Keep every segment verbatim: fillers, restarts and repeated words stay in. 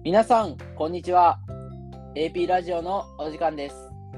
皆さんこんにちは。 エーピー ラジオのお時間です。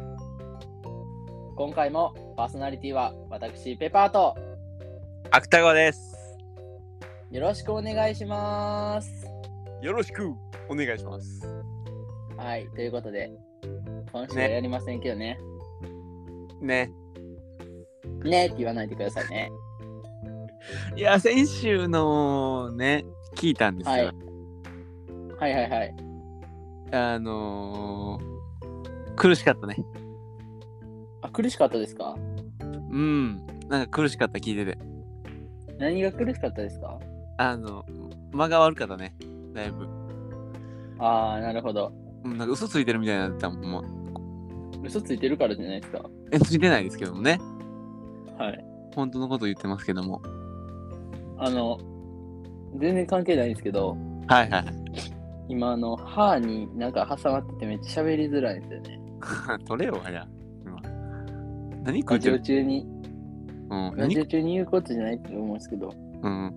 今回もパーソナリティは私ペパーと芥川です。 よろしくお願いします。 よろしくお願いします。 はい、ということで今週はやりませんけどねねねって言わないでくださいね。 いや先週のね聞いたんですよ、 はい、はいはいはいあのー、苦しかったね。 あ、苦しかったですか？ うんなんか苦しかった聞いてて。 何が苦しかったですか？ あの間が悪かったねだいぶ。 あー、なるほど。 うんなんか嘘ついてるみたいになってたもん。もう嘘ついてるからじゃないですか？ えついてないですけどもね。 はい本当のこと言ってますけども。 あの全然関係ないんですけど、 はいはい今あの歯になんか挟まっててめっちゃ喋りづらいんですよね。 取れよはや今何食ラジってるオ中にうんラジオ中に言うことじゃないって思うんですけど、 うん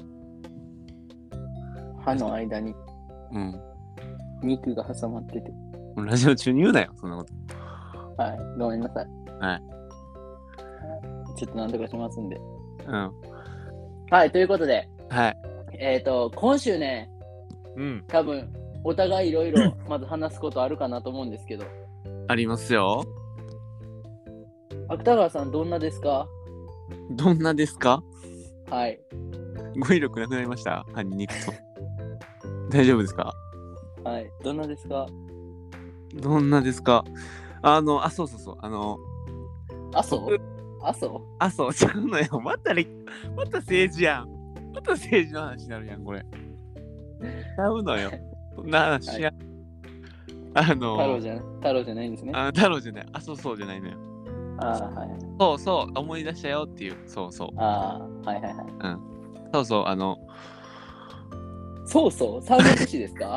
歯の間にうん肉が挟まってて、 ラジオ中に言うなよそんなこと。 はい、ごめんなさい。 はいちょっとなんとかしますんで。 うんはい、ということで、 はいえっと、今週ね、 うん多分お互いいろいろまず話すことあるかなと思うんですけど、 ありますよ。 芥川さんどんなですか？ どんなですか？ はい。 語彙力なくなりました歯に肉と。大丈夫ですか？ はい。どんなですか？ どんなですか？あの、あ、そうそうそう。あの、 あそうあそあ、そうちゃうのよ。またり、また政治やん。また政治の話になるやん、これ。ちゃうのよ。そんな話や。はい、あの、 太郎じゃ太郎じゃないんですね。 あ太郎じゃない。あ、そうそうじゃないのよ。 ああ、はい。 そうそう、思い出したよっていう。そうそう。 ああ、はいはいはい。 うん。そうそう、あの、 そうそう、三国志ですか？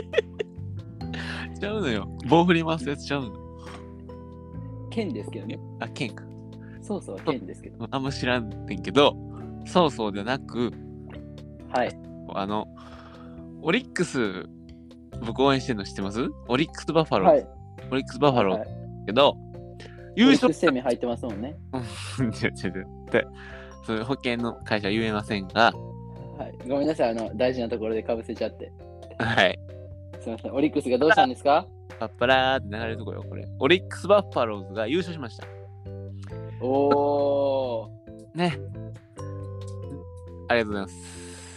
ちゃうのよ。棒振り回すやつちゃうの。 剣ですけどね。 あ、剣か。 そうそう、剣ですけど。 あんま知らんねんけど、そうそうでなく、 はい。 あの、オリックス、僕応援してるの知ってます？オリックスバファロー。 はい。 オリックスバファローはいはい、 けど、優優勝勝生命入ってますもんね。 違う違う違う。で、そういう保険の会社言えませんが、 はい。ごめんなさい、あの、大事なところでかぶせちゃって。 はい。 すみません。オリックスがどうしたんですか？ パッパラーって流れるとこよ、これ。オリックスバファローズが優勝しました。 おー。 ね。ありがとうございます。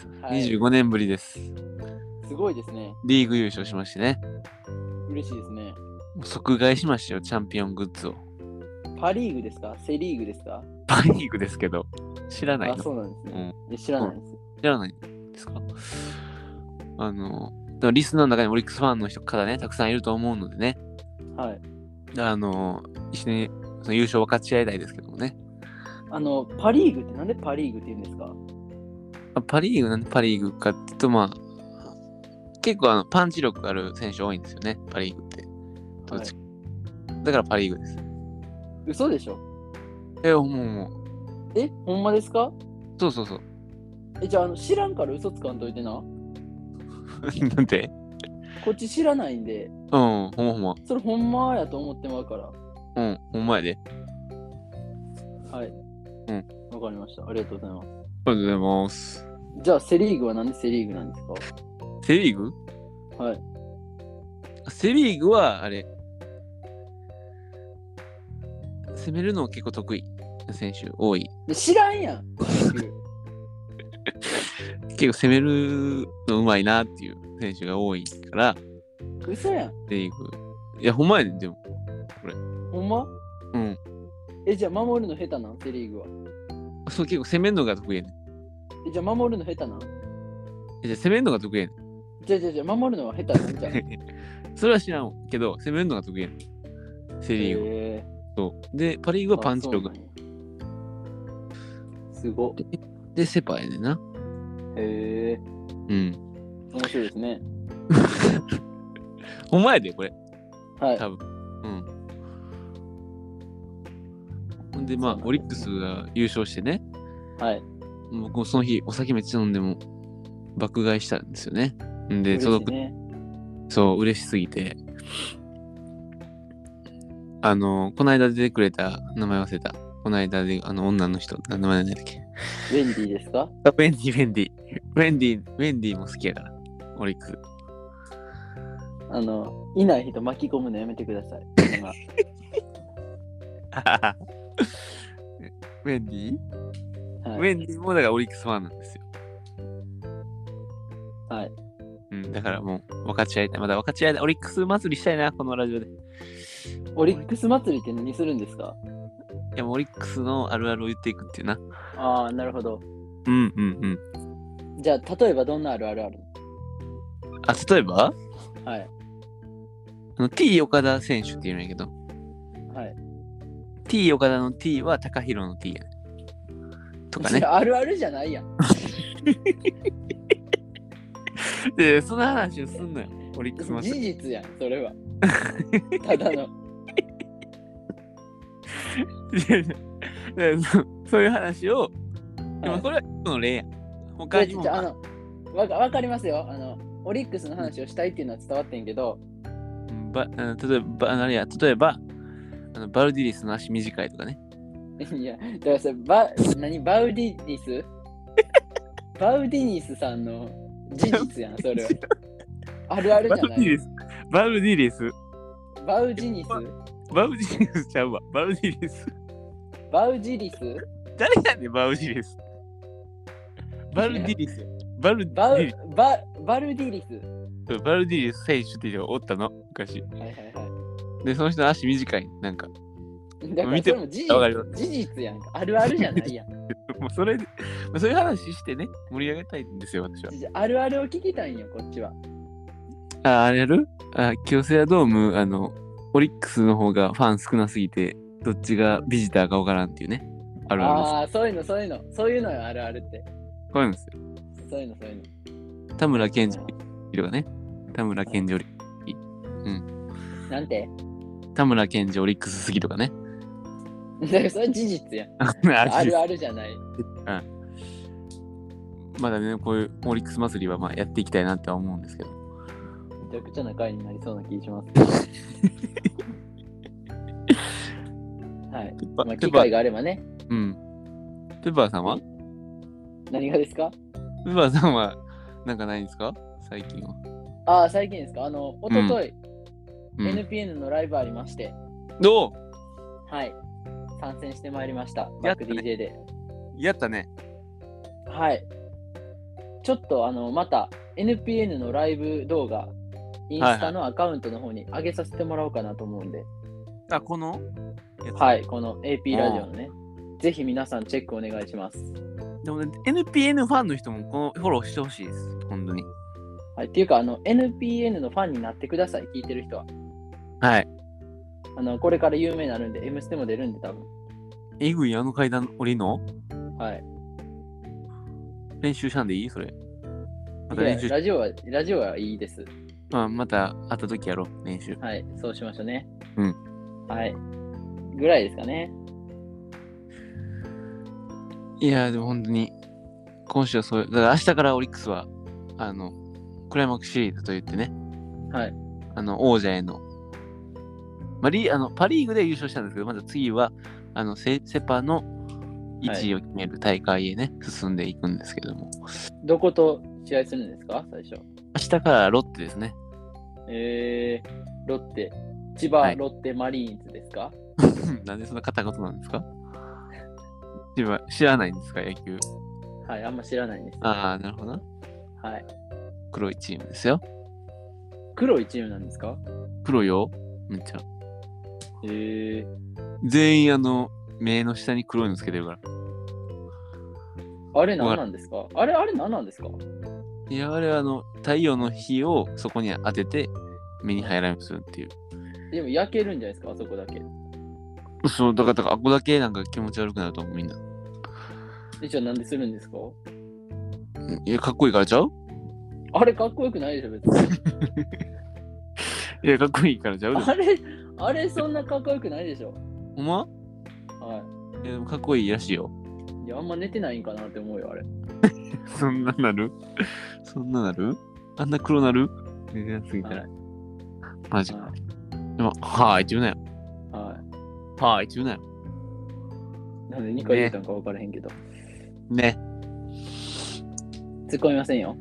はい、 にじゅうごねんぶりです。 すごいですね。 リーグ優勝しましてね。 嬉しいですね。 即買いしましたよ、チャンピオングッズを。 パリーグですか？セリーグですか？ パリーグですけど、知らないの？ あ、そうなんですね。 うん、 いや知らないです。 知らないですか？あの、でもリスナーの中にオリックスファンの人からね、たくさんいると思うのでね。 はい。 あの、一緒にその優勝を分かち合いたいですけどもね。 あの、パリーグってなんでパリーグって言うんですか？ パリーグなんでパリーグかって言うと、まあ、結構あのパンチ力ある選手多いんですよね、パリーグって。 はい、 だからパリーグです。 嘘でしょ？ え、もうもう。え、ほんまですか？ そうそうそう。 え、じゃあ、あの知らんから嘘つかんといてな。 なんで？ こっち知らないんで。 うん、ほんまほんま。 それほんまやと思ってまうから。 うん、ほんまやで。 はい。 うん。 わかりました。ありがとうございます。 ありがとうございます。 じゃあ、セリーグはなんでセリーグなんですか？ セリーグ？ はい。 セリーグは、あれ、攻めるの結構得意な選手多い。 で知らんやん。 結構攻めるのうまいなっていう選手が多いから、 嘘やん。 セリーグ。いや、ほんまやで、でも。これ。 ほんま？ うん。 え、じゃあ守るの下手なん？セリーグは。 そう、結構攻めるのが得意やねん。 え、じゃあ守るの下手なん？ えじゃあ攻めるのが得意やねん。 じゃあじゃあじゃあ守るのは下手なんじゃん。 それは知らんけど、攻めるのが得意やねん。セリーグは。 へそう。で、パリーグはパンチ力。 すごっ。 で、セパやねんな。 へえ。 うん。 面白いですね。 ほんまやで、これ。 はい。 多分。うん。ほんで、まあ、オリックスが優勝してね。 はい。 僕もその日、お酒めっちゃ飲んでも爆買いしたんですよね。んで、届く。 ね。 そう、嬉しすぎて。あの、この間出てくれた、名前忘れた。この間で、あの、女の人、名前何だっけ。 ウェンディですか？ あ、ウェンディ、ウェンディ。ウェンディ、ウェンディも好きやから。オリックス。 あの、いない人巻き込むのやめてください。今ウェンディ、 はい、 ウェンディもだからオリックスファンなんですよ。 はい。 うん、だからもう分かち合いたい。まだ分かち合いたい。オリックス祭りしたいな、このラジオで。 オリックス祭りって何するんですか？ いや、もうオリックスのあるあるを言っていくっていうな。 ああ、なるほど。 うんうんうん。 じゃあ、例えばどんなあるあるあるあ、例えばの？はい。 あの T 岡田選手って言うんやけど、 はい。 T 岡田の T は高弘の T やね。とかね。 あるあるじゃないやん。 で、その話をすんのよ。オリックス祭事り。 実やん、それは。ただの。 でそそういう話を、ではいもこれは一個の例やん。他にもじゃあ、あのわか、わかりますよ。あの、オリックスの話をしたいっていうのは伝わってんけど、 うんばあの例えば、あのあれや、例えば、あのバルディリスの足短いとかね。 いや、だからそれ、バ、何、バウディニスバウディニスさんの事実やん、それは。あるあるじゃない。 バルディリス。 バウジニスバルディリスちゃうわ。バルディリス。 バウジリス誰やねん、バルディリス。バルディリス。バルデバウィリス。 ババルディリス。 バルディリス選手っていうのがおったの、昔。 はいはいはで、その人の足短い。なんか。 い。だからそれも事わかる実事実やんか。あるあるじゃないやん。 もうそれで、まあそういう話してね、盛り上げたいんですよ、私は。 あるあるを聞きたいんよ、こっちは。 あ、あれやるあ、京セラドーム、あの、オリックスの方がファン少なすぎて、どっちがビジターかわからんっていうね。あるあるです。 ああ、そういうの、そういうの、そういうのよ、あるあるって。 こういうんですよ。 そういうの、そういうの。 田村健二とかね。田村健二オリなんて田村健二オリックス好きとかね。 だからそれ事実やん。 ああるあるじゃない。 まだね、こういうオリックス祭りはまあやっていきたいなっては思うんですけど。 めちゃくちゃな回になりそうな気します。はい。まあ、機会があればね。 うん。ペッパーさんは何がですか？ ペッパーさんはなんかないんですか最近は。 ああ、最近ですか？あの、おととい、 うん、 エヌピーエヌ のライブありまして、 どうはい。参戦してまいりました。バックやったねディージェー で。 やったね。 はい。ちょっとあの、また エヌピーエヌ のライブ動画、インスタのアカウントの方に上げさせてもらおうかなと思うんで、 あ、このやつはい、この エーピー ラジオのね、ぜひ皆さんチェックお願いします。 でもね、エヌピーエヌ ファンの人もこのフォローしてほしいです。本当に。 はい、っていうか、あの、エヌピーエヌ のファンになってください、聞いてる人は。 はい。 あの、これから有名になるんで、M ステも出るんで、多分。 えぐいあの階段降りんのはい。 練習したんでいいそれ。またいや練習しラジオは、ラジオはいいです。 まあ、また会った時やろう、練習。 はい、そうしましょうね。 うん。 はい。ぐらいですかね。 いやー、でも本当に、今週はそういう、だから明日からオリックスは、あの、クライマックスシリーズと言ってね、 はい。 あの、王者への、まあ、リあのパ・リーグで優勝したんですけど、まず次は、あのセ、セパのいちいを決める大会へね、進んでいくんですけども。 どこと試合するんですか、最初。 明日からロッテですね。 えー、ロッテ。千葉、 はいロッテマリーンズですか？ なんでそんな片言なんですか自分は知らないんですか、野球。 はい、あんま知らないんです。 ああ、なるほどな。 はい。 黒いチームですよ。 黒いチームなんですか？ 黒よ。めっちゃ。 えー、 全員あの、目の下に黒いのつけてるから。 あれ何なんですか？あれ、あれ何なんですか？ いや、あれはあの、太陽の火をそこに当てて、目に入らないようにするっていう。 でも焼けるんじゃないですか、あそこだけ。 そう、だから、だからあここだけなんか気持ち悪くなると思う、みんな。 え、じゃあなんでするんですか？ いや、かっこいいからちゃうあれかっこよくないでしょ、別に。 いや、かっこいいからちゃうであれ、あれそんなかっこよくないでしょ。 ほんまはいや、でもかっこいいらしいよ。 い。いや、あんま寝てないんかなって思うよ、あれ。 そんななるそんななるあんな黒なる値段すぎたら。 はいマジか。 はでも、はーいって言うなよ。 い。ははーいって言うなよ。 い。なんでにかい言うたんか分からへんけど。 ね。 突っ込みませんよ。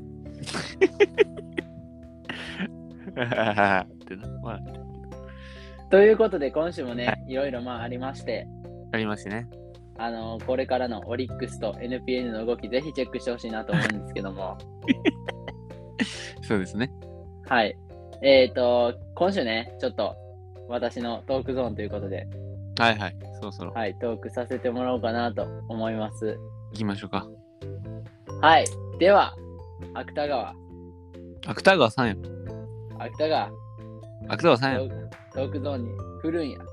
ってな。まあ、 ということで、今週もね、、 はいろいろまあありまして、 ありましてね。 あのこれからのオリックスと エヌピーエヌ の動き、ぜひチェックしてほしいなと思うんですけども。 そうですね。 はい。えっ、ー、と、今週ね、ちょっと私のトークゾーンということで、 はいはい。そろそろはい、トークさせてもらおうかなと思います。 行きましょうか。 はい。では、芥川。 芥川さんや。 芥川。 芥川さんや。 トークゾーンに振るんや。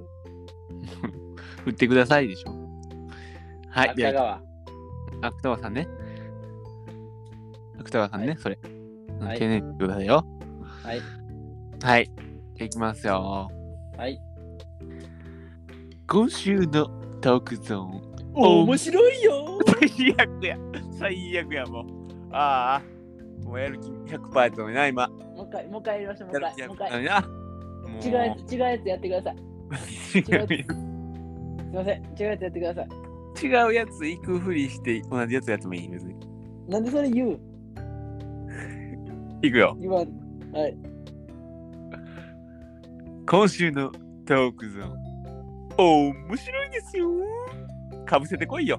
振ってくださいでしょ。はい。 芥川。 芥川さんね。芥川さんね、はい、それ。 はい、 丁寧に言ってくださいよ。 はい。 はい。じゃあいきますよ。 はい。 今週のトークゾーン。 面白いよ最悪や。最悪や、もう。ああ。もうやる気 ひゃくパーセント やったのにな、今。 もう一回、もう一回やりましょう。もう一回。もう一回。 違うやつ、違うやつやってください。違うやつ。すいません。違うやつやってください。 違うやつ行くふりして同じやつやってもいい、別に。 なんでそれ言ういくよ。 言わん。はい。 今週のトークゾーン。面白いですよ。かぶせてこいよ。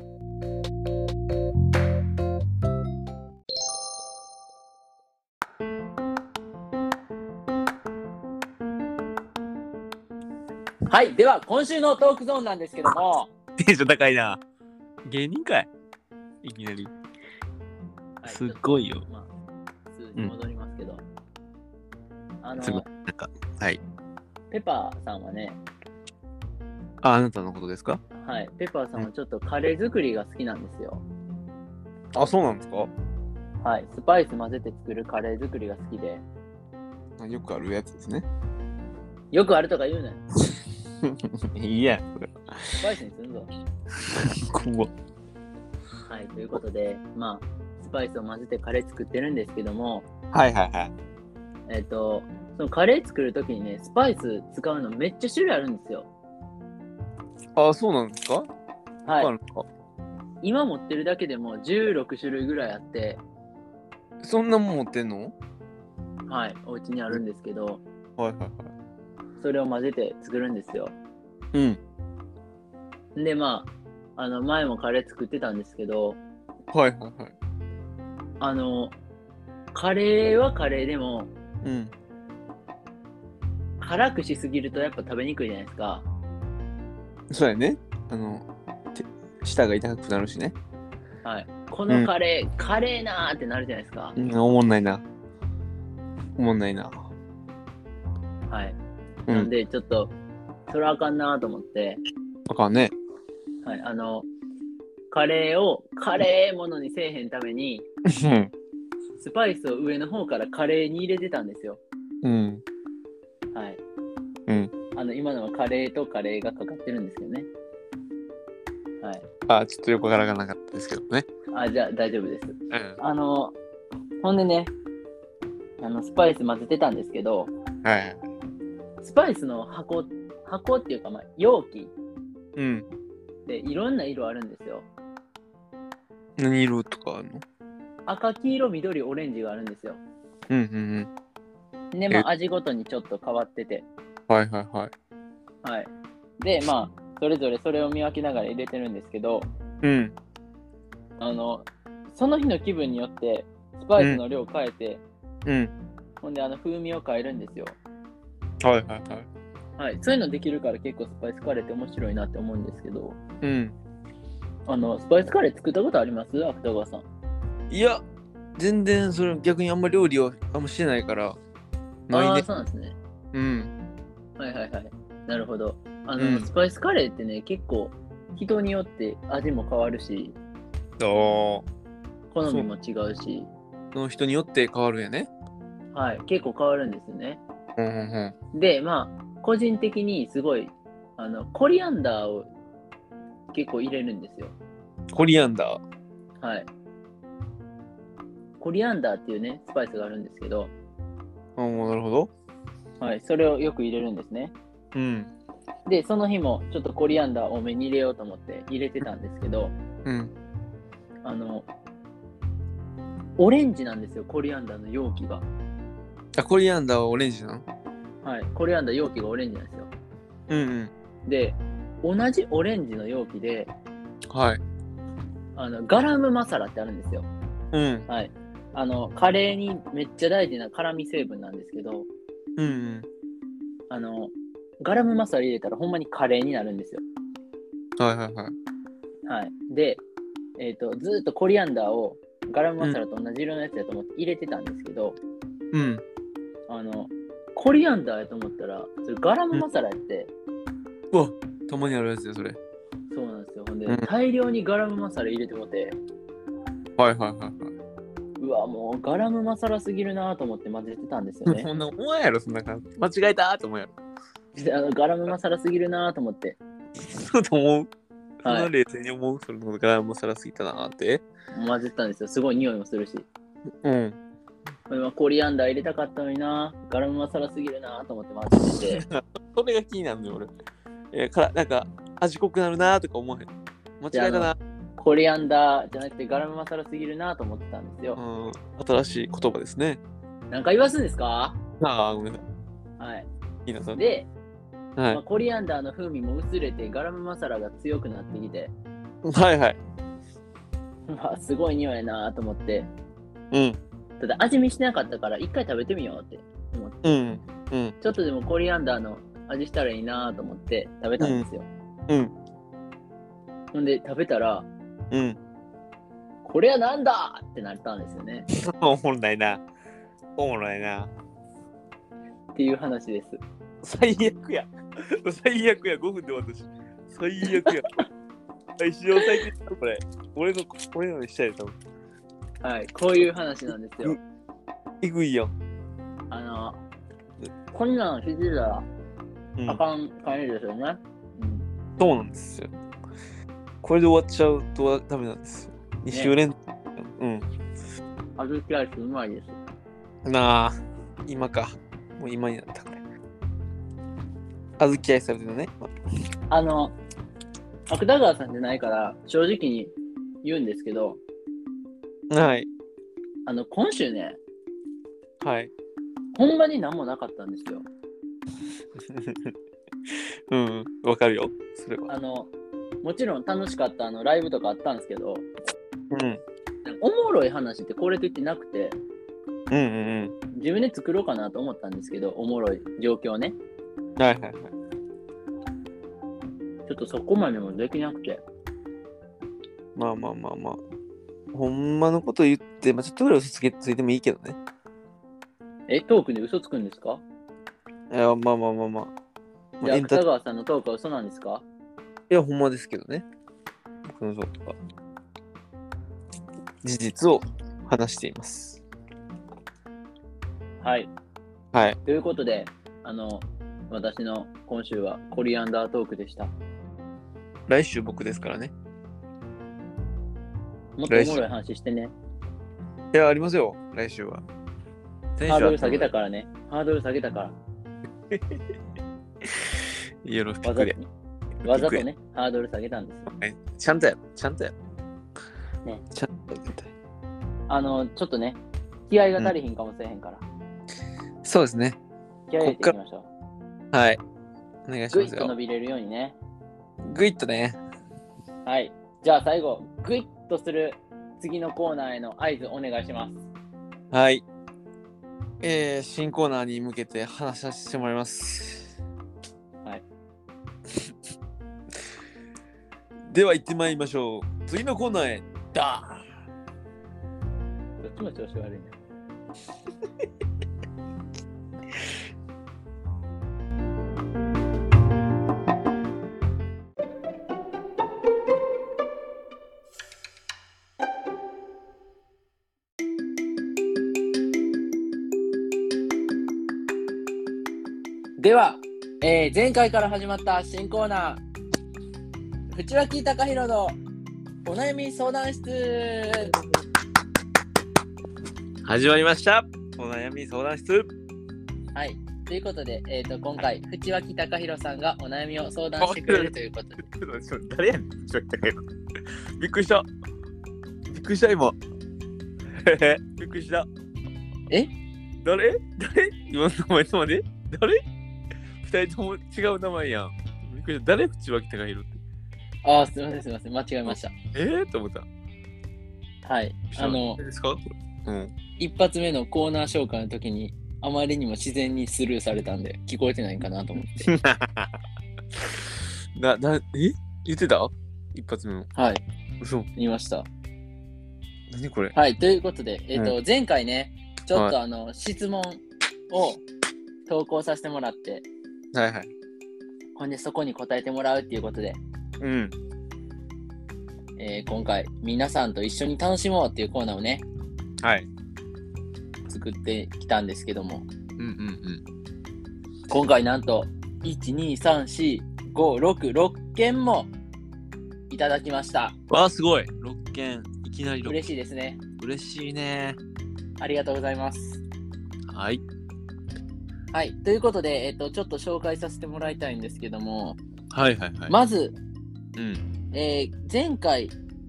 はい。では、今週のトークゾーンなんですけども。 テンション高いな。芸人かいいきなり。はい、すっごいよ。 まあ、数字戻りますけど。うん、あの、 すごい。なんか、はい。 ペパーさんはね。 あ、あなたのことですか？ はい。ペパーさんはちょっとカレー作りが好きなんですよ。 あ、そうなんですか？ はい。スパイス混ぜて作るカレー作りが好きで。 よくあるやつですね。 よくあるとか言うねん。いいや、それ。 スパイスにすんぞ。 怖っ。 はい。ということで、まあ、スパイスを混ぜてカレー作ってるんですけども。 はいはいはい。 えっと、そのカレー作るときにね、スパイス使うのめっちゃ種類あるんですよ。 あ、そうなんですか？ はい。今持ってるだけでもじゅうろくしゅるいぐらいあって。 そんなもん持ってんの？ はい。お家にあるんですけど。 はいはいはい。 それを混ぜて作るんですよ。 うん。 で、まあ、あの、前もカレー作ってたんですけど。 はいはいはい。 あの、カレーはカレーでも、 うん。 辛くしすぎるとやっぱ食べにくいじゃないですか。 そうやね。あの、舌が痛くなるしね。 はい。このカレー、うん、カレーなーってなるじゃないですか。 うん、おもんないな。おもんないな。 はい。うん、なんで、ちょっと、それはあかんなーと思って。 あかんね。 はい。あの、カレーをカレーものにせえへんために、スパイスを上の方からカレーに入れてたんですよ。 うん。 はい。 うん。 あの、今のはカレーとカレーがかかってるんですけどね。はい。 あ、ちょっとよくわからなかったですけどね。 あ、じゃあ大丈夫です。 うん。 あの、ほんでね、あの、スパイス混ぜてたんですけど、 はい。 スパイスの箱、箱っていうか、まあ、容器。 うん。 で、いろんな色あるんですよ。 何色とかあるの？ 赤、黄色、緑、オレンジがあるんですよ。 うんうんうん。で、まあ、味ごとにちょっと変わってて。 はいはいはい。 はい。で、まあ、それぞれそれを見分けながら入れてるんですけど、 うん。 あの、その日の気分によって、スパイスの量を変えて、 うん。うん、 ほんで、あの、風味を変えるんですよ。 はいはいはい。 はい。そういうのできるから結構スパイスカレーって面白いなって思うんですけど、 うん。 あの、スパイスカレー作ったことあります？芥川さん。 いや、全然それ逆にあんま料理をあんましてないから。 ないね。ああ、そうなんですね。 うん。 はいはいはい。なるほど。あの、 うん、 スパイスカレーってね、結構人によって味も変わるし、 あ好みも違うし。 その人によって変わるんやね。 はい、結構変わるんですよね。 うんうんうん、 で、まあ、個人的にすごい、あの、コリアンダーを結構入れるんですよ。 コリアンダーはい。コリアンダーっていうね、スパイスがあるんですけど、 あ、もうなるほど。 はい、それをよく入れるんですね。 うん。 で、その日もちょっとコリアンダー多めに入れようと思って入れてたんですけど、 うん。 あの、オレンジなんですよ、コリアンダーの容器が。 あ、コリアンダーはオレンジなの？ はい、コリアンダー容器がオレンジなんですよ。 うんうん。 で、同じオレンジの容器で、 はい。 あのガラムマサラってあるんですよ。 うん。 はい。あの、カレーにめっちゃ大事な辛味成分なんですけど、 うんうん。 あの、ガラムマサラ入れたらほんまにカレーになるんですよ。 はいはいはい。 はい。で、えっ、と、ずーっとコリアンダーをガラムマサラと同じ色のやつやと思って入れてたんですけど、 うん。 あの、コリアンダーやと思ったら、それガラムマサラやって、 うわ、たまにあるやつよ、それ。 そうなんですよ。ほんで、 うん大量にガラムマサラ入れてもて、 はいはいはいはい。 うわ、もうガラムマサラすぎるなと思って混ぜてたんですよね。 そんな思わんやろ、そんな感じ。間違えたーと思うやろ。 であのガラムマサラすぎるなと思って。 そうと思う。そんは。 ない冷静に思う、それのガラムサラすぎたなーって。 混ぜてたんですよ。すごい匂いもするし。 うん。 これはコリアンダー入れたかったのにな、ガラムマサラすぎるなと思って混ぜてて。 それが気になるのよ、俺。えー、からなんか、味濃くなるなーとか思わへん。間違えたな。 コリアンダーじゃなくてガラムマサラすぎるなと思ってたんですよ。 うん。新しい言葉ですね。 なんか言わすんですか？ ああ、ごめんなさはい。 い。いいな、それ。 で、 はいまあ、コリアンダーの風味も薄れてガラムマサラが強くなってきて、 はいはい。 まあ、すごい匂いやなと思って、 うん。 ただ味見してなかったから一回食べてみようって思って、 うん。うん。 ちょっとでもコリアンダーの味したらいいなと思って食べたんですよ。 うん。 ほんで食べたら、 うん。 これはなんだってなったんですよね。 おもろないな。おもろいな。 っていう話です。 最悪や。最悪や。ごふんで私。最悪や。史上最悪だこれ。俺の、俺のにしたいと思う。 はい、こういう話なんですよ。 えぐいよ。 あの、こんなん知ってたらうん、 あかん感じですよね。 うん。そうなんですよ。これで終わっちゃうとダメなんですよ。に週連続、ね。うん。 あずきアイスうまいです。 なあ、今か。もう今になったこれ。あずきアイス食べてたね。 あの、芥川さんじゃないから正直に言うんですけど、 はい。 あの、今週ね、 はい。 ほんまに何もなかったんですよ。 うん、わかるよ。それは。 あの、もちろん楽しかったあのライブとかあったんですけど、 うん。 おもろい話ってこれと言ってなくて、 うんうん自分で作ろうかなと思ったんですけど、おもろい状況ね。 うん。はいはいはい。 ちょっとそこまでもできなくて。 まあまあまあまあ。ほんまのこと言って、まあ、ちょっとぐらい嘘つけついてもいいけどね。 え、トークで嘘つくんですか？ いや、まあまあまあまあ。 じゃあ、 エンタ芥川さんのトークは嘘なんですか？ いや、ほんまですけどね。僕のそうとか。事実を話しています。 はい。 はい。 ということで、あの、私の今週はコリアンダートークでした。 来週僕ですからね。 もっとおもろい話してね。 いや、ありますよ、来週は。 ハードル下げたからね。ハードル下げたから。 よろしくわざや。 わざとね、ハードル下げたんですよ。 ちゃんとやろ、ちゃんとやろ。 ね。 ちゃんとやりたい。 あの、ちょっとね、気合が足りひんかもしれへんから。 うん、そうですね。 気合入れていきましょう。はい。お願いしぐいっますよ。 と伸びれるようにね。 ぐいっとね。 はい。じゃあ最後、ぐいっとする次のコーナーへの合図お願いします。 はい。えー、新コーナーに向けて話させてもらいます。 はい。 では行ってまいりましょう。次のコーナーへ。だどっちも調子悪いね。では、えー、前回から始まった新コーナー、藤脇貴弘のお悩み相談室。 始まりました。お悩み相談室。 はい。ということで、えー、と今回、藤脇隆弘さんがお悩みを相談してくれるということで。 ちょっと待ってちょっと誰やねん藤脇隆弘。びっくりした。びっくりした今。びっくりした。 え誰誰今の名前とまで誰二人とも違う名前やん。びっくりした。誰藤脇隆弘って。 ああ、すみません、すみません。間違えました。 えーと思った。 はい。あの、 ですかうん、 一発目のコーナー紹介の時に、あまりにも自然にスルーされたんで、聞こえてないかなと思って。 な、な、え言ってた一発目の。 はい。 嘘。 言いました。 何これ。 はい。ということで、えっ、ー、と、 うん、 前回ね、ちょっとあの、はい、質問を投稿させてもらって、 はいはい。 ほんで、そこに答えてもらうっていうことで、 うん。 えー、今回、皆さんと一緒に楽しもうっていうコーナーをね、 はい。 作ってきたんですけども、 うんうんうん。 今回なんと、いち、に、さん、よん、ご、ろく、ろっけんもいただきました。 わあ、すごい。ろっけん。いきなりろっけん。 嬉しいですね。 嬉しいね。 ありがとうございます。 はい。 はい。ということで、えっと、ちょっと紹介させてもらいたいんですけども、 はいはいはい。 まず、 うん。 えー、前回、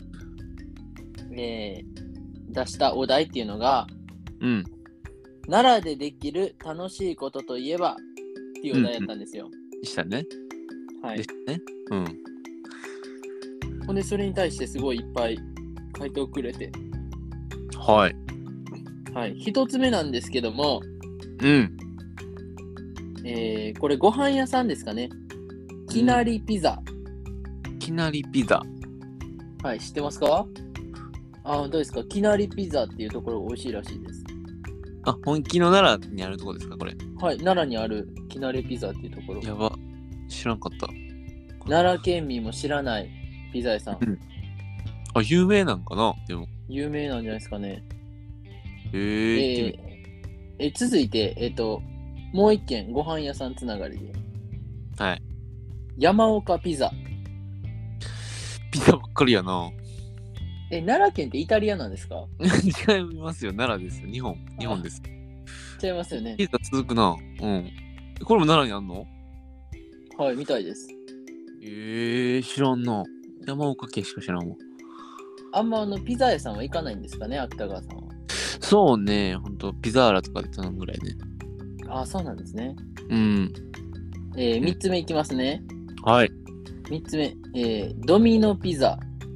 えー、出したお題っていうのが、 うん。 奈良でできる楽しいことといえばっていうお題やったんですよ。 うんうん、でしたね。 はい。 でしたね。うん。 ほんで、それに対してすごいいっぱい回答くれて。 はい。 はい。一つ目なんですけども、 うん。 えー、これご飯屋さんですかね。きなりピザ。 うん、きなりピザ。 はい、知ってますか？あ、どうですか？きなりピザっていうところが美味しいらしいです。 あ、本気の奈良にあるところですか、これ。 はい、奈良にあるきなりピザっていうところ。 やば、知らんかった。 奈良県民も知らないピザ屋さん。 うん、あ、有名なんかなでも。 有名なんじゃないですかね。 へー、 えー、え続いて、えっ、ー、と、もう一軒ご飯屋さんつながりで。 はい。 山岡ピザ。 ピザばっかりやな。 え、奈良県ってイタリアなんですか？ 違いますよ、奈良ですよ。日本。日本です。 違いますよね。 ピザ続くな。うん。これも奈良にあんの？ はい、みたいです。 えー、知らんな。山岡家しか知らんわ。 あんまあのピザ屋さんは行かないんですかね、芥川さんは。 そうね、ほんと、ピザーラとかで頼むぐらいね。 ああ、そうなんですね。 うん。 えー、みっつめいきますね。 はい。 みっつめ、えー、ドミノピザ。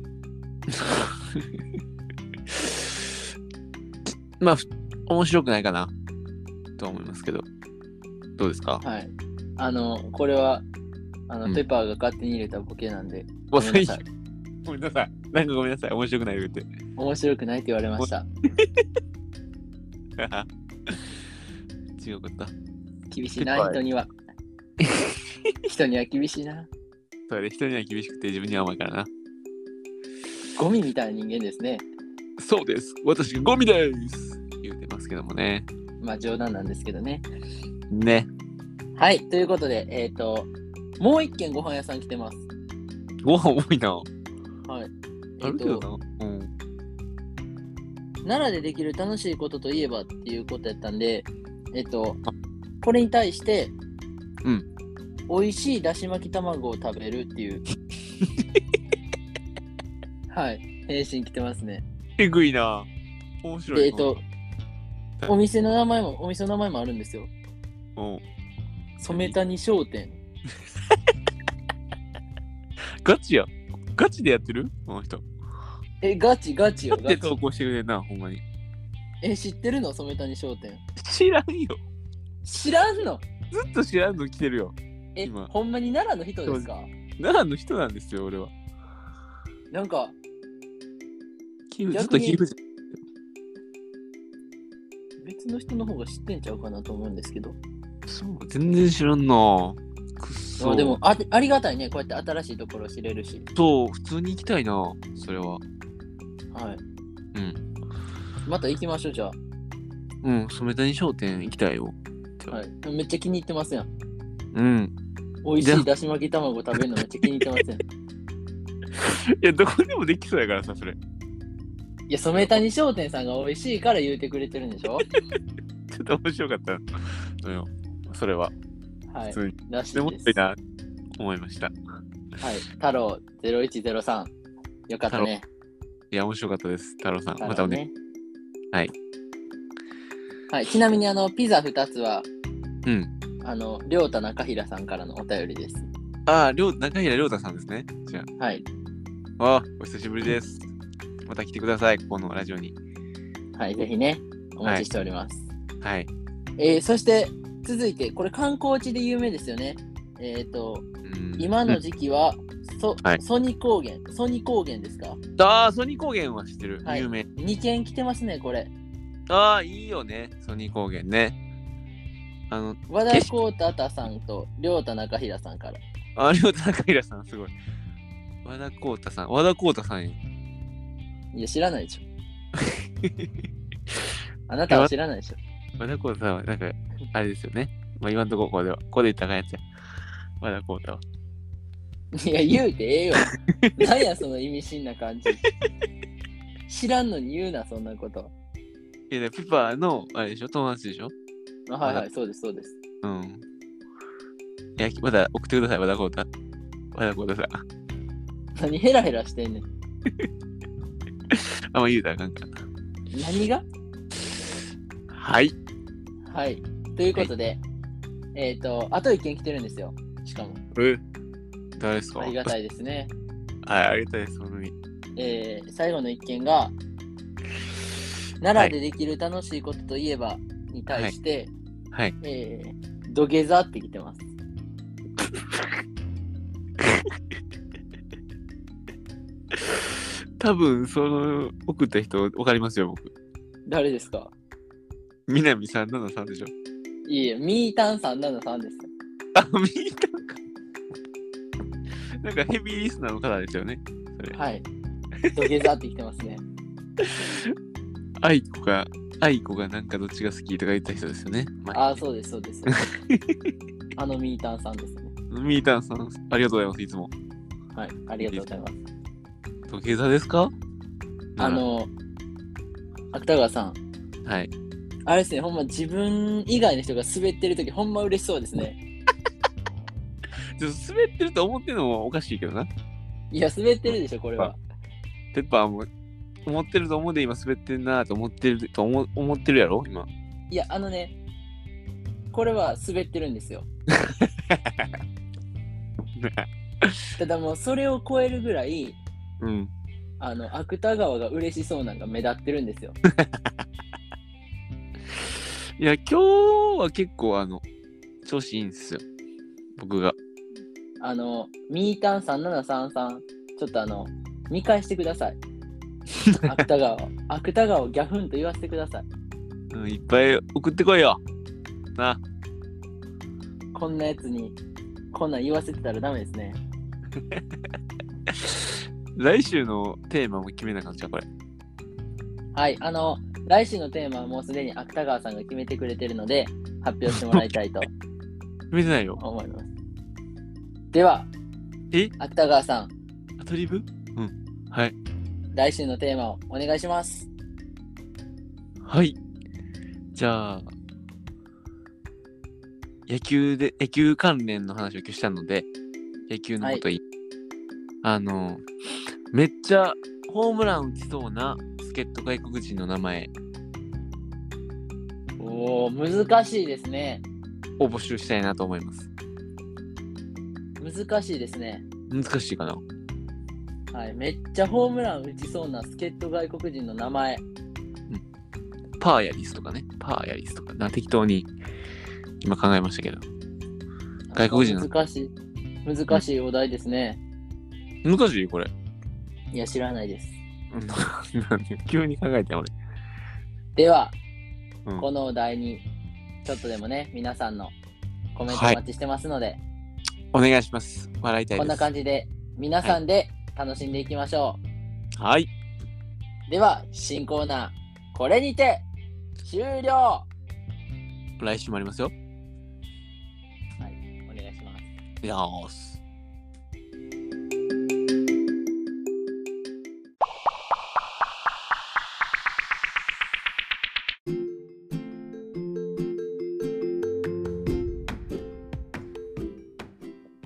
まあ、面白くないかなと思いますけど、どうですか？ はい。あの、これは、あの、うん、ペパーが勝手に入れたボケなんで、ごめんなさい。 ごめんなさい。なんかごめんなさい。面白くない言うて。 面白くないって言われました。 違うかった。 厳しいな、人には。人には厳しいな。 そうね、人には厳しくて自分には甘いからな。 ゴミみたいな人間ですね。 そうです。私がゴミです言うてますけどもね。 まあ冗談なんですけどね。 ね。 はい、ということで、えっ、ー、と、もう一軒ご飯屋さん来てます。 ご飯多いな。 はい。 えっ、ー、と、うん、 奈良でできる楽しいことといえばっていうことやったんで、えっ、ー、と、これに対して、 うん。 美味しいだし巻き卵を食べるっていう。はい。返信来てますね。 えぐいな。面白い。 で、えっと、お店の名前も、お店の名前もあるんですよ。 うん。 染谷商店。 ガチや。ガチでやってるこの人。 え、ガチガチよ。 ガチで投稿してくれるな、ほんまに。 え、知ってるの染谷商店。 知らんよ。 知らんの？ ずっと知らんの来てるよ。 え、今ほんまに奈良の人ですか？ 奈良の人なんですよ、俺は。 なんか、 ずっと聞くじゃん。 別の人の方が知ってんちゃうかなと思うんですけど。 そう、全然知らんな。くっそ。 でもあ、ありがたいね。こうやって新しいところを知れるし。 そう、普通に行きたいな、それは。はい。うん。 また行きましょう、じゃあ。 うん、染谷商店行きたいよ。 はい。めっちゃ気に入ってますやん。 うん。 美味しいだし巻き卵食べるのめっちゃ気に入ってますやん。 いや、どこでもできそうやからさ、それ。 いや、染谷商店さんが美味しいから言うてくれてるんでしょ？ ちょっと面白かったのよ。それは。 はい。 普通に。 らしでもっいです。 といいな、思いました。 はい。太郎ゼロいちゼロさん。よかったね。 いや、面白かったです。太郎さん。 太郎またおね。はい。 はい。ちなみに、あの、ピザふたつは、 うん。 あの、りょうた中平さんからのお便りです。 ああ、りょう中平亮太さんですね。じゃはい。 あ。ああ、お久しぶりです。また来てください、ここのラジオに。 はい。ぜひね、お待ちしております。 はい。 えー、そして、続いて、これ観光地で有名ですよね。えっ、ー、と、 うん今の時期は、そはいソニ高原、ソニ高原ですか？ ああ、ソニー高原は知ってる。 はい。 有名。 にけん来てますね、これ。 ああ、いいよね。ソニー高原ね。あの、 和田景色光太さんと亮太中平さんから。 あ、りょうた中平さん、すごい。和田光太さん、和田光太さんや。 いや、知らないでしょ。あなたは知らないでしょ。 和田光太さんは、なんか、あれですよね。まあ、今んとこここでは、ここで言ったらあかんやつや。和田光太は。 いや、言うてええよ。なんや、その意味深な感じ。知らんのに言うな、そんなこと。 いや、ピパーの、あれでしょ、友達でしょ。 あはいはい、そうです、そうです。 うん。いや、まだ送ってください、和田光太。和田光太さん。 何ヘラヘラしてんねん。 あんま言うたらあかんかな。 何がはい。 はい。ということで、えっ、と、あと一件来てるんですよ。しかも。 え誰ですか？ ありがたいですね。 はい、ありがたいです、本当に。 えー、最後の一件が、奈良でできる楽しいことといえばに対して、 はい。 えー、土下座って来てます。 多分、その、送った人、わかりますよ、僕。 誰ですか？ 南さんななさんでしょ。 いいえ、ミータンさんななさんです。 あ、見たか。なんかヘビーリスナーの方ですよね。それ。 はい。土下座って来てますね。 愛子が、愛子がなんかどっちが好きとか言った人ですよね。 ああ、そうです、そうです。あのミータンさんですね。 ミータンさん、ありがとうございます、いつも。 はい、ありがとうございます。 土下座ですか？ あの、芥川さん、 はい。 あれですね、ほんま自分以外の人が滑ってるとき、ほんま嬉しそうですね。 ちょっと滑ってると思ってるのもおかしいけどな。 いや、滑ってるでしょ、これは。 ペッパーも思ってると思うで今滑ってんなと思ってると思思ってるやろ今。 いや、あのね、これは滑ってるんですよ。ただもうそれを超えるぐらい、 うん。 あの、芥川が嬉しそうなのが目立ってるんですよ。 いや、今日は結構あの、調子いいんですよ。僕が。 あの、ミータンさんななさんさん、ちょっとあの、見返してください。芥川を。芥川をギャフンと言わせてください。 うん、いっぱい送ってこいよ。な。 こんなやつに、こんなん言わせてたらダメですね。 来週のテーマも決めなかったこれ。 はい、あの、来週のテーマはもうすでに芥川さんが決めてくれてるので、発表してもらいたいと決めてないよ。 思います。では、 え芥川さん、 アドリブ？うん。はい。 来週のテーマをお願いします。 はい。じゃあ、野球で、野球関連の話を今日したので、野球のこといい。あの、めっちゃホームラン打ちそうな助っ人外国人の名前おー、難しいですね。 を募集したいなと思います。 難しいですね。 難しいかな？ はい、めっちゃホームラン打ちそうな助っ人外国人の名前。 パーヤリスとかね。パーヤリスとか。な適当に今考えましたけど。外国人の難しい。難しいお題ですね。 難しいこれ。 いや、知らないです。 うんなんで急に考えて俺。 では、 うんこのお題にちょっとでもね、皆さんのコメントおはい待ちしてますので、 お願いします。笑いたいです。 こんな感じで皆さんで楽しんでいきましょう。 はい。 では、新コーナー、これにて終了。は来週もありますよ。 い、お願いします。 よーし。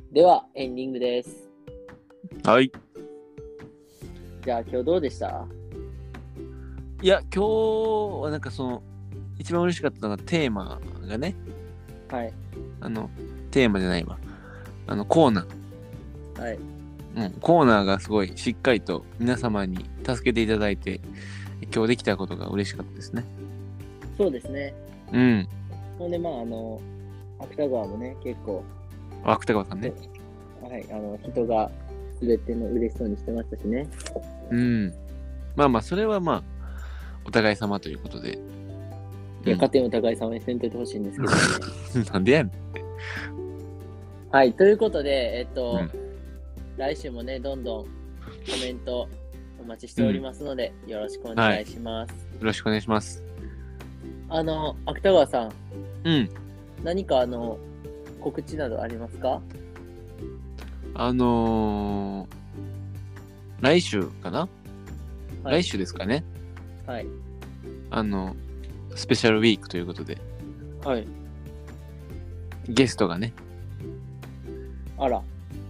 では、エンディングです。 はい。 じゃあ、今日どうでした？ いや、今日はなんかその、一番嬉しかったのがテーマがね、 はい。 あの、テーマじゃないわ。あの、コーナー。 はい。 うん、コーナーがすごいしっかりと皆様に助けていただいて、今日できたことが嬉しかったですね。 そうですね。 うん。 ほんで、まあ、あの、芥川もね、結構、 あ、芥川さんね。 はい、あの、人が滑ってんの嬉しそうにしてましたしね。 うん。まあまあ、それはまあ、お互い様ということで。 いや、 うん、 家庭の高い様にせんといてほしいんですけどね。 なんでやねん。 はい、ということで、えっと、 うん、 来週もね、どんどんコメントお待ちしておりますので、うん、よろしくお願いします、はい。 よろしくお願いします。 あの、芥川さん。 うん。 何かあの、告知などありますか？ あのー、来週かな、はい、来週ですかね。 はい。 あの、スペシャルウィークということで。 はい。 ゲストがね。 あら。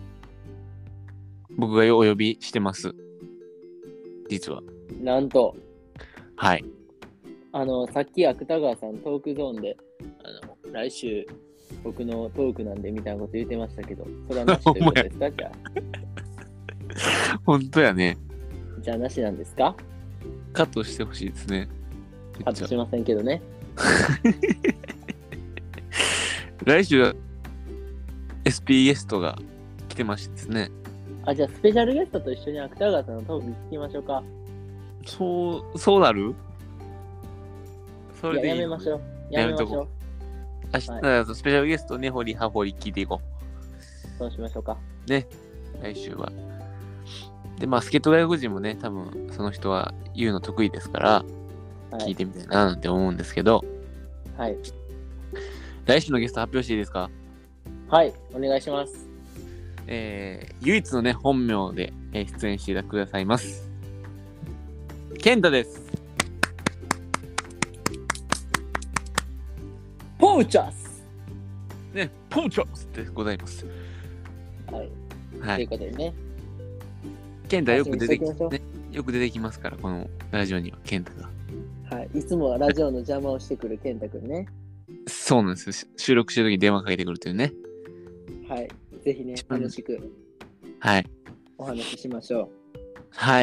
僕がお呼びしてます。実は。 なんと。 はい。 あの、さっき芥川さんトークゾーンで、あの、来週、僕のトークなんでみたいなこと言ってましたけど、それはなしということですか？じゃあ。本当やね。 じゃあなしなんですか？ カットしてほしいですね。 カットしませんけどね。 来週は エスピー ゲストが来てましてですね。 あ、じゃあスペシャルゲストと一緒に芥川さんのトーク聞きましょうか。 そう、そうなる？それでいい？ いや、やめましょう。やめましょう。 明日、はい、スペシャルゲストね、掘り葉掘り聞いていこう。そうしましょうか。 ね、来週は。で、まあ、助っ人外国人もね、多分その人は言うの得意ですから、聞いてみたいななんて思うんですけど、 はい。 来週のゲスト発表していいですか？ はい、お願いします。 えー、唯一のね、本名で出演してくださいます。健太です。 ポーチャスね、ポーチャスでございます。 はい。 はい。 ということでね。 健太よく出てき、ね、よく出てきますから、このラジオには健太が。はい。いつもはラジオの邪魔をしてくる健太くんね。 そうなんですよ。収録してるときに電話かけてくるというね。 はい。ぜひね、楽しく。 はい。 お話ししましょう。 はい。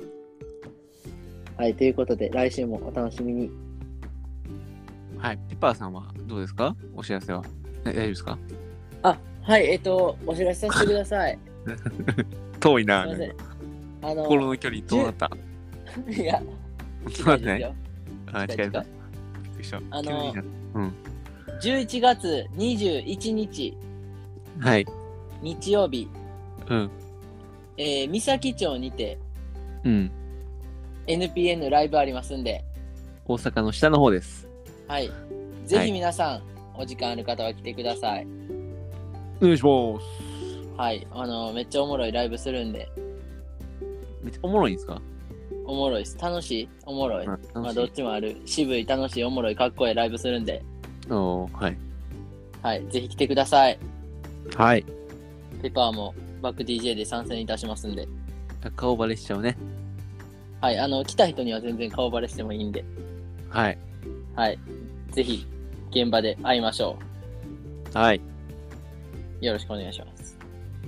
はい。ということで、来週もお楽しみに。 はい。ペッパーさんはどうですか？お知らせは。大丈夫ですか？ あ、はい。えっと、お知らせさせてください。 遠いな。 すいません。あの、 心の距離どうなった？ いや、 近いですよ。あ、近いです。 あの、 うん、 じゅういちがつにじゅういちにち、 はい、 日曜日、 うん、 えー、三崎町にて、 うん、 エヌピーエヌ ライブありますんで、 大阪の下の方です。 はい。ぜひ皆さん、はい、お時間ある方は来てください。 お願いします。 はい。あの、めっちゃおもろいライブするんで。 めっちゃおもろいんですか？ おもろいです。楽しいおもろい。まあ、どっちもある。渋い、楽しい、おもろい、かっこいいライブするんで。 おー、はい。 はい。ぜひ来てください。 はい。 ペパーもバック ディージェー で参戦いたしますんで。 顔バレしちゃうね。 はい。あの、来た人には全然顔バレしてもいいんで。 はい。 はい。ぜひ、現場で会いましょう。はい。 よろしくお願いします。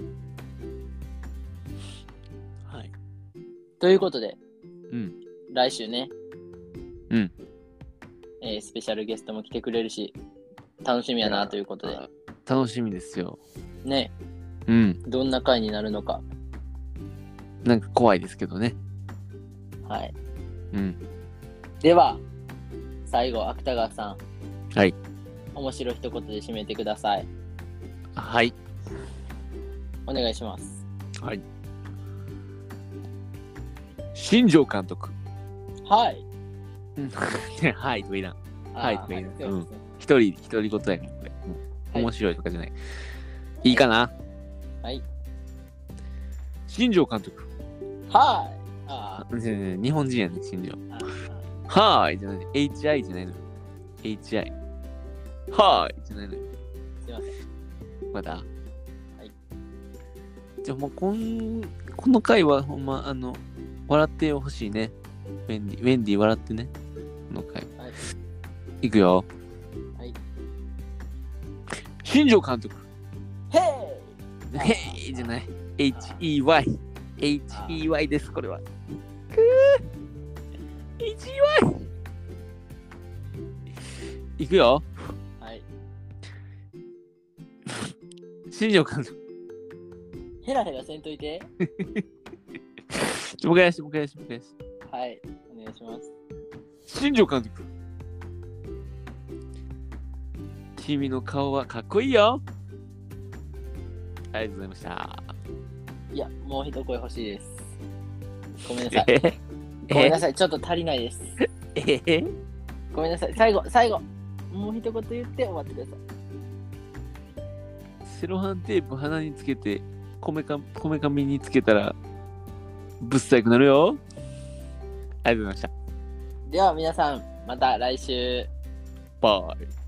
はい。 ということで、 うん、 来週ね、 うん、 えー、スペシャルゲストも来てくれるし、楽しみやなということで。 楽しみですよ。 ね。 うん。 どんな回になるのか。 なんか怖いですけどね。 はい。 うん。 では、最後、芥川さん。 はい。 面白い一言で締めてください。 はい。 お願いします。 はい。新庄監督。 はい。 はいとかいらん。はいとかいらん。 はい、うん。 一人、一人言やから、これ。うん、面白いとかじゃない。はい、いいかな？ はい。 新庄監督。 はい。ああ。日本人やね、新庄。はいじゃない。エイチアイ じゃないの。エイチアイ。はいじゃないの。 すいません。 また。はい。 じゃあもうこん、この回はほんま、あの、笑ってほしいね。ウェンディ、ウェンディ笑ってね。この回。 はい。 いくよ。 はい。 新庄監督。 へいへいじゃない。エイチイーワイ。エイチイーワイ です、これは。くー エイチイーワイ いくよ。 はい。 新庄監督。 ヘラヘラせんといて。 ちょ、もう一回やし、もう一回やし、もう一回やし。 はい。お願いします。 新庄監督。君の顔はかっこいいよ。ありがとうございました。 いや、もう一声欲しいです。ごめんなさい。 えごめんなさい。ちょっと足りないです。 えー、 ごめんなさい。最後、最後。もう一言言って終わってください。 セロハンテープ鼻につけて、こめか、こめかみにつけたら、ぶっさいくなるよ。ありがとうございました。 では皆さん、また来週。 バイ。